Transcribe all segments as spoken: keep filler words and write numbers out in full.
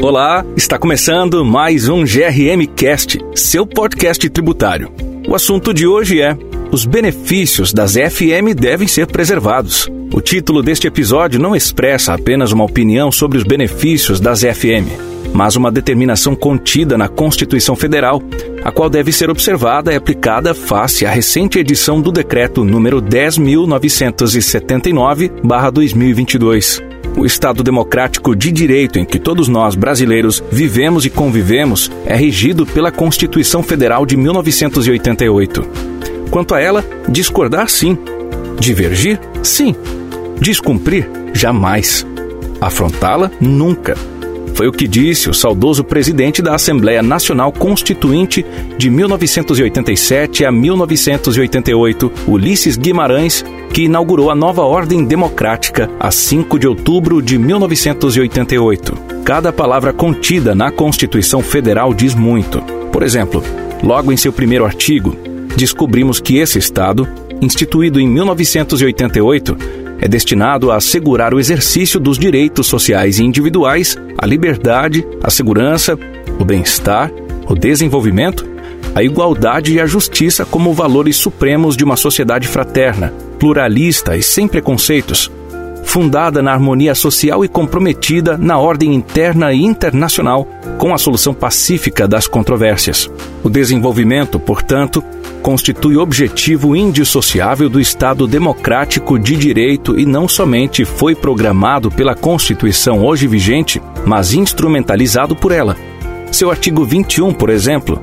Olá, está começando mais um G R M Cast, seu podcast tributário. O assunto de hoje é: os benefícios das F M devem ser preservados. O título deste episódio não expressa apenas uma opinião sobre os benefícios das F M, mas uma determinação contida na Constituição Federal, a qual deve ser observada e aplicada face à recente edição do Decreto número dez mil novecentos e setenta e nove barra dois mil e vinte e dois. O Estado democrático de direito em que todos nós, brasileiros, vivemos e convivemos é regido pela Constituição Federal de mil novecentos e oitenta e oito. Quanto a ela, discordar, sim. Divergir, sim. Descumprir, jamais. Afrontá-la, nunca. Foi o que disse o saudoso presidente da Assembleia Nacional Constituinte de mil novecentos e oitenta e sete a mil novecentos e oitenta e oito, Ulisses Guimarães, que inaugurou a nova ordem democrática a cinco de outubro de mil novecentos e oitenta e oito. Cada palavra contida na Constituição Federal diz muito. Por exemplo, logo em seu primeiro artigo, descobrimos que esse Estado, instituído em mil novecentos e oitenta e oito, é destinado a assegurar o exercício dos direitos sociais e individuais, a liberdade, a segurança, o bem-estar, o desenvolvimento, a igualdade e a justiça como valores supremos de uma sociedade fraterna, pluralista e sem preconceitos, fundada na harmonia social e comprometida na ordem interna e internacional com a solução pacífica das controvérsias. O desenvolvimento, portanto, constitui objetivo indissociável do Estado democrático de direito e não somente foi programado pela Constituição hoje vigente, mas instrumentalizado por ela. Seu artigo vinte e um, por exemplo,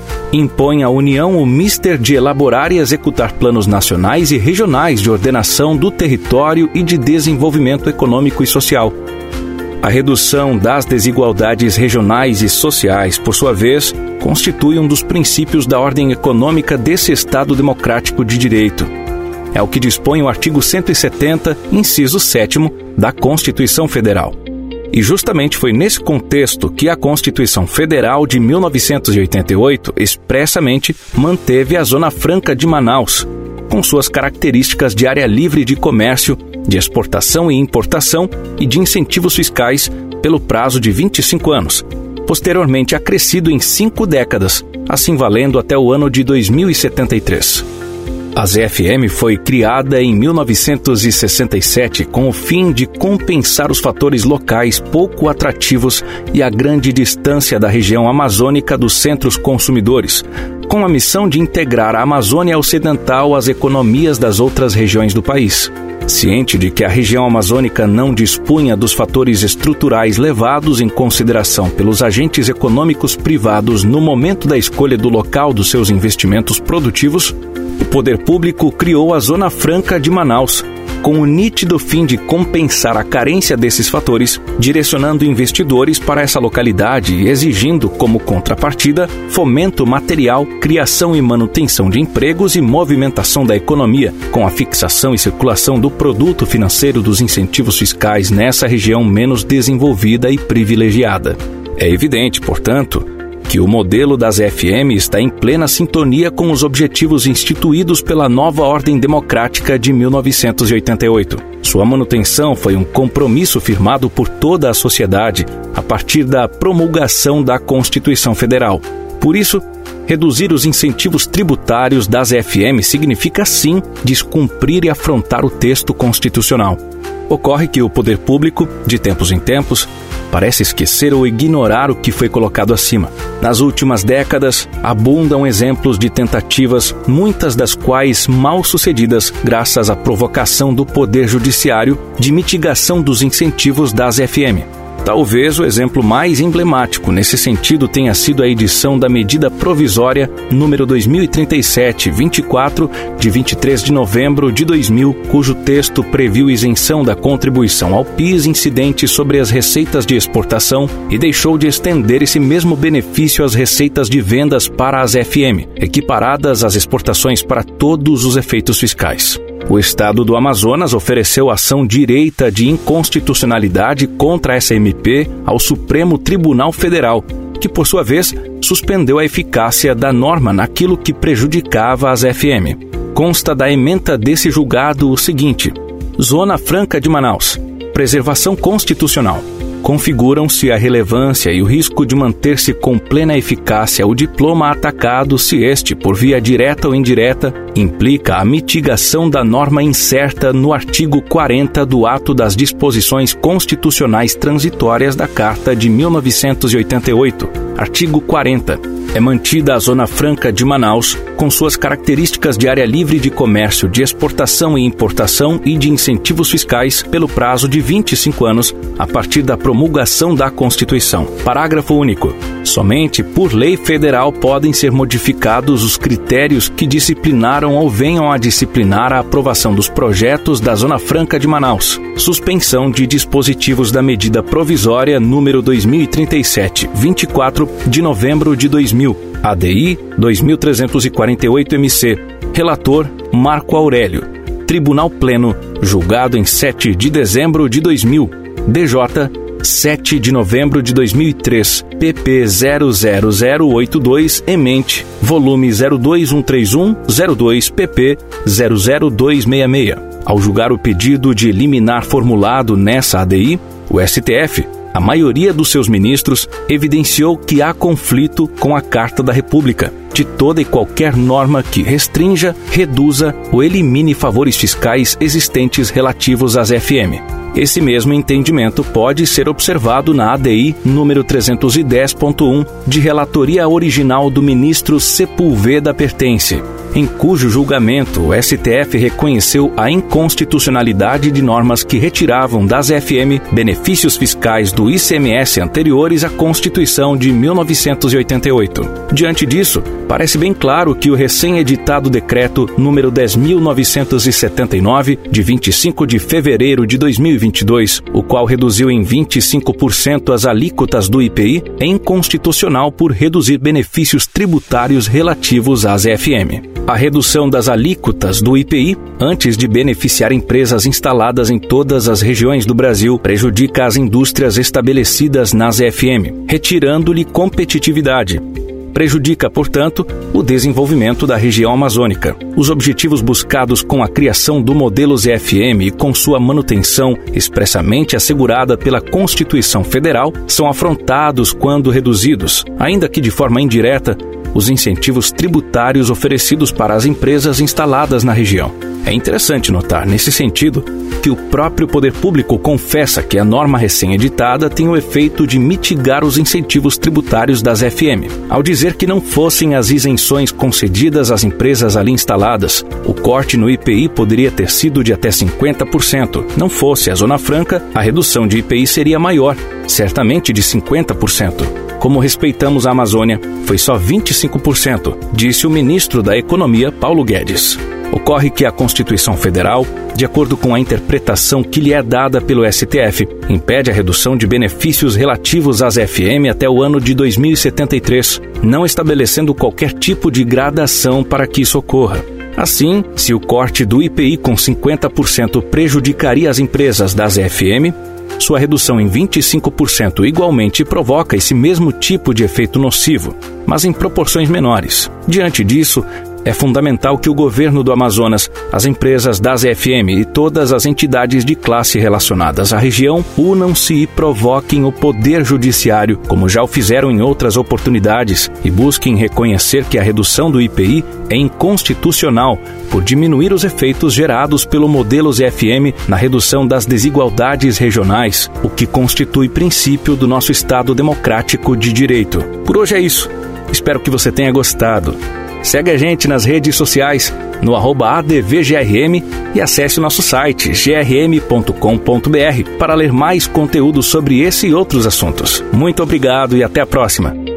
impõe à União o mister de elaborar e executar planos nacionais e regionais de ordenação do território e de desenvolvimento econômico e social. A redução das desigualdades regionais e sociais, por sua vez, constitui um dos princípios da ordem econômica desse Estado democrático de direito. É o que dispõe o artigo cento e setenta, inciso sétimo, da Constituição Federal. E justamente foi nesse contexto que a Constituição Federal de mil novecentos e oitenta e oito expressamente manteve a Zona Franca de Manaus, com suas características de área livre de comércio, de exportação e importação e de incentivos fiscais pelo prazo de vinte e cinco anos, posteriormente acrescido em cinco décadas, assim valendo até o ano de dois mil e setenta e três. A Z F M foi criada em mil novecentos e sessenta e sete com o fim de compensar os fatores locais pouco atrativos e a grande distância da região amazônica dos centros consumidores, com a missão de integrar a Amazônia Ocidental às economias das outras regiões do país. Ciente de que a região amazônica não dispunha dos fatores estruturais levados em consideração pelos agentes econômicos privados no momento da escolha do local dos seus investimentos produtivos, o poder público criou a Zona Franca de Manaus, com o nítido fim de compensar a carência desses fatores, direcionando investidores para essa localidade e exigindo, como contrapartida, fomento material, criação e manutenção de empregos e movimentação da economia, com a fixação e circulação do produto financeiro dos incentivos fiscais nessa região menos desenvolvida e privilegiada. É evidente, portanto, que o modelo das F M está em plena sintonia com os objetivos instituídos pela nova ordem democrática de mil novecentos e oitenta e oito. Sua manutenção foi um compromisso firmado por toda a sociedade a partir da promulgação da Constituição Federal. Por isso, reduzir os incentivos tributários das F M significa, sim, descumprir e afrontar o texto constitucional. Ocorre que o poder público, de tempos em tempos, parece esquecer ou ignorar o que foi colocado acima. Nas últimas décadas, abundam exemplos de tentativas, muitas das quais mal sucedidas, graças à provocação do Poder Judiciário de mitigação dos incentivos das F M. Talvez o exemplo mais emblemático nesse sentido tenha sido a edição da medida provisória número dois mil e trinta e sete, vinte e quatro, de vinte e três de novembro de dois mil, cujo texto previu isenção da contribuição ao P I S incidente sobre as receitas de exportação e deixou de estender esse mesmo benefício às receitas de vendas para as F M, equiparadas às exportações para todos os efeitos fiscais. O Estado do Amazonas ofereceu ação direita de inconstitucionalidade contra essa M P ao Supremo Tribunal Federal, que, por sua vez, suspendeu a eficácia da norma naquilo que prejudicava as F M. Consta da ementa desse julgado o seguinte: Zona Franca de Manaus. Preservação constitucional. configuram-se a relevância e o risco de manter-se com plena eficácia o diploma atacado se este, por via direta ou indireta, implica a mitigação da norma incerta no artigo quarenta do Ato das Disposições Constitucionais Transitórias da Carta de mil novecentos e oitenta e oito. Artigo quarenta. É mantida a Zona Franca de Manaus, com suas características de área livre de comércio, de exportação e importação e de incentivos fiscais, pelo prazo de vinte e cinco anos, a partir da promulgação da Constituição. Parágrafo único. Somente por lei federal podem ser modificados os critérios que disciplinaram ou venham a disciplinar a aprovação dos projetos da Zona Franca de Manaus. Suspensão de dispositivos da medida provisória número dois mil e trinta e sete, vinte e quatro de novembro de dois mil, A D I dois mil trezentos e quarenta e oito M C. Relator Marco Aurélio. Tribunal Pleno, julgado em sete de dezembro de dois mil. D J sete de novembro de dois mil e três, P P zero zero zero oito dois, emente, volume zero dois um três um zero dois P P zero zero dois seis seis. Ao julgar o pedido de liminar formulado nessa A D I, o S T F, a maioria dos seus ministros, evidenciou que há conflito com a Carta da República, de toda e qualquer norma que restrinja, reduza ou elimine favores fiscais existentes relativos às F M. Esse mesmo entendimento pode ser observado na A D I número trezentos e dez ponto um, de relatoria original do ministro Sepúlveda Pertence, em cujo julgamento o S T F reconheceu a inconstitucionalidade de normas que retiravam das F M benefícios fiscais do I C M S anteriores à Constituição de mil novecentos e oitenta e oito. Diante disso, parece bem claro que o recém-editado decreto número dez mil novecentos e setenta e nove, de vinte e cinco de fevereiro de dois mil e vinte e dois, o qual reduziu em vinte e cinco por cento as alíquotas do I P I, é inconstitucional por reduzir benefícios tributários relativos às F M. A redução das alíquotas do I P I, antes de beneficiar empresas instaladas em todas as regiões do Brasil, prejudica as indústrias estabelecidas nas F M, retirando-lhe competitividade. Prejudica, portanto, o desenvolvimento da região amazônica. Os objetivos buscados com a criação do modelo Z F M e com sua manutenção expressamente assegurada pela Constituição Federal são afrontados quando reduzidos, ainda que de forma indireta, os incentivos tributários oferecidos para as empresas instaladas na região. É interessante notar, nesse sentido, que o próprio poder público confessa que a norma recém-editada tem o efeito de mitigar os incentivos tributários das F M. Ao dizer que não fossem as isenções concedidas às empresas ali instaladas, o corte no I P I poderia ter sido de até cinquenta por cento. Não fosse a Zona Franca, a redução de I P I seria maior, certamente de cinquenta por cento. Como respeitamos a Amazônia, foi só vinte e cinco por cento, disse o ministro da Economia, Paulo Guedes. Ocorre que a Constituição Federal, de acordo com a interpretação que lhe é dada pelo S T F, impede a redução de benefícios relativos às F M até o ano de dois mil e setenta e três, não estabelecendo qualquer tipo de gradação para que isso ocorra. Assim, se o corte do I P I com cinquenta por cento prejudicaria as empresas das F M, sua redução em vinte e cinco por cento igualmente provoca esse mesmo tipo de efeito nocivo, mas em proporções menores. Diante disso, é fundamental que o governo do Amazonas, as empresas das F M e todas as entidades de classe relacionadas à região unam-se e provoquem o poder judiciário, como já o fizeram em outras oportunidades, e busquem reconhecer que a redução do I P I é inconstitucional por diminuir os efeitos gerados pelo modelo Z F M na redução das desigualdades regionais, o que constitui princípio do nosso Estado democrático de direito. Por hoje é isso. Espero que você tenha gostado. Segue a gente nas redes sociais, no arroba A D V G R M e acesse o nosso site g r m ponto com ponto b r para ler mais conteúdo sobre esse e outros assuntos. Muito obrigado e até a próxima!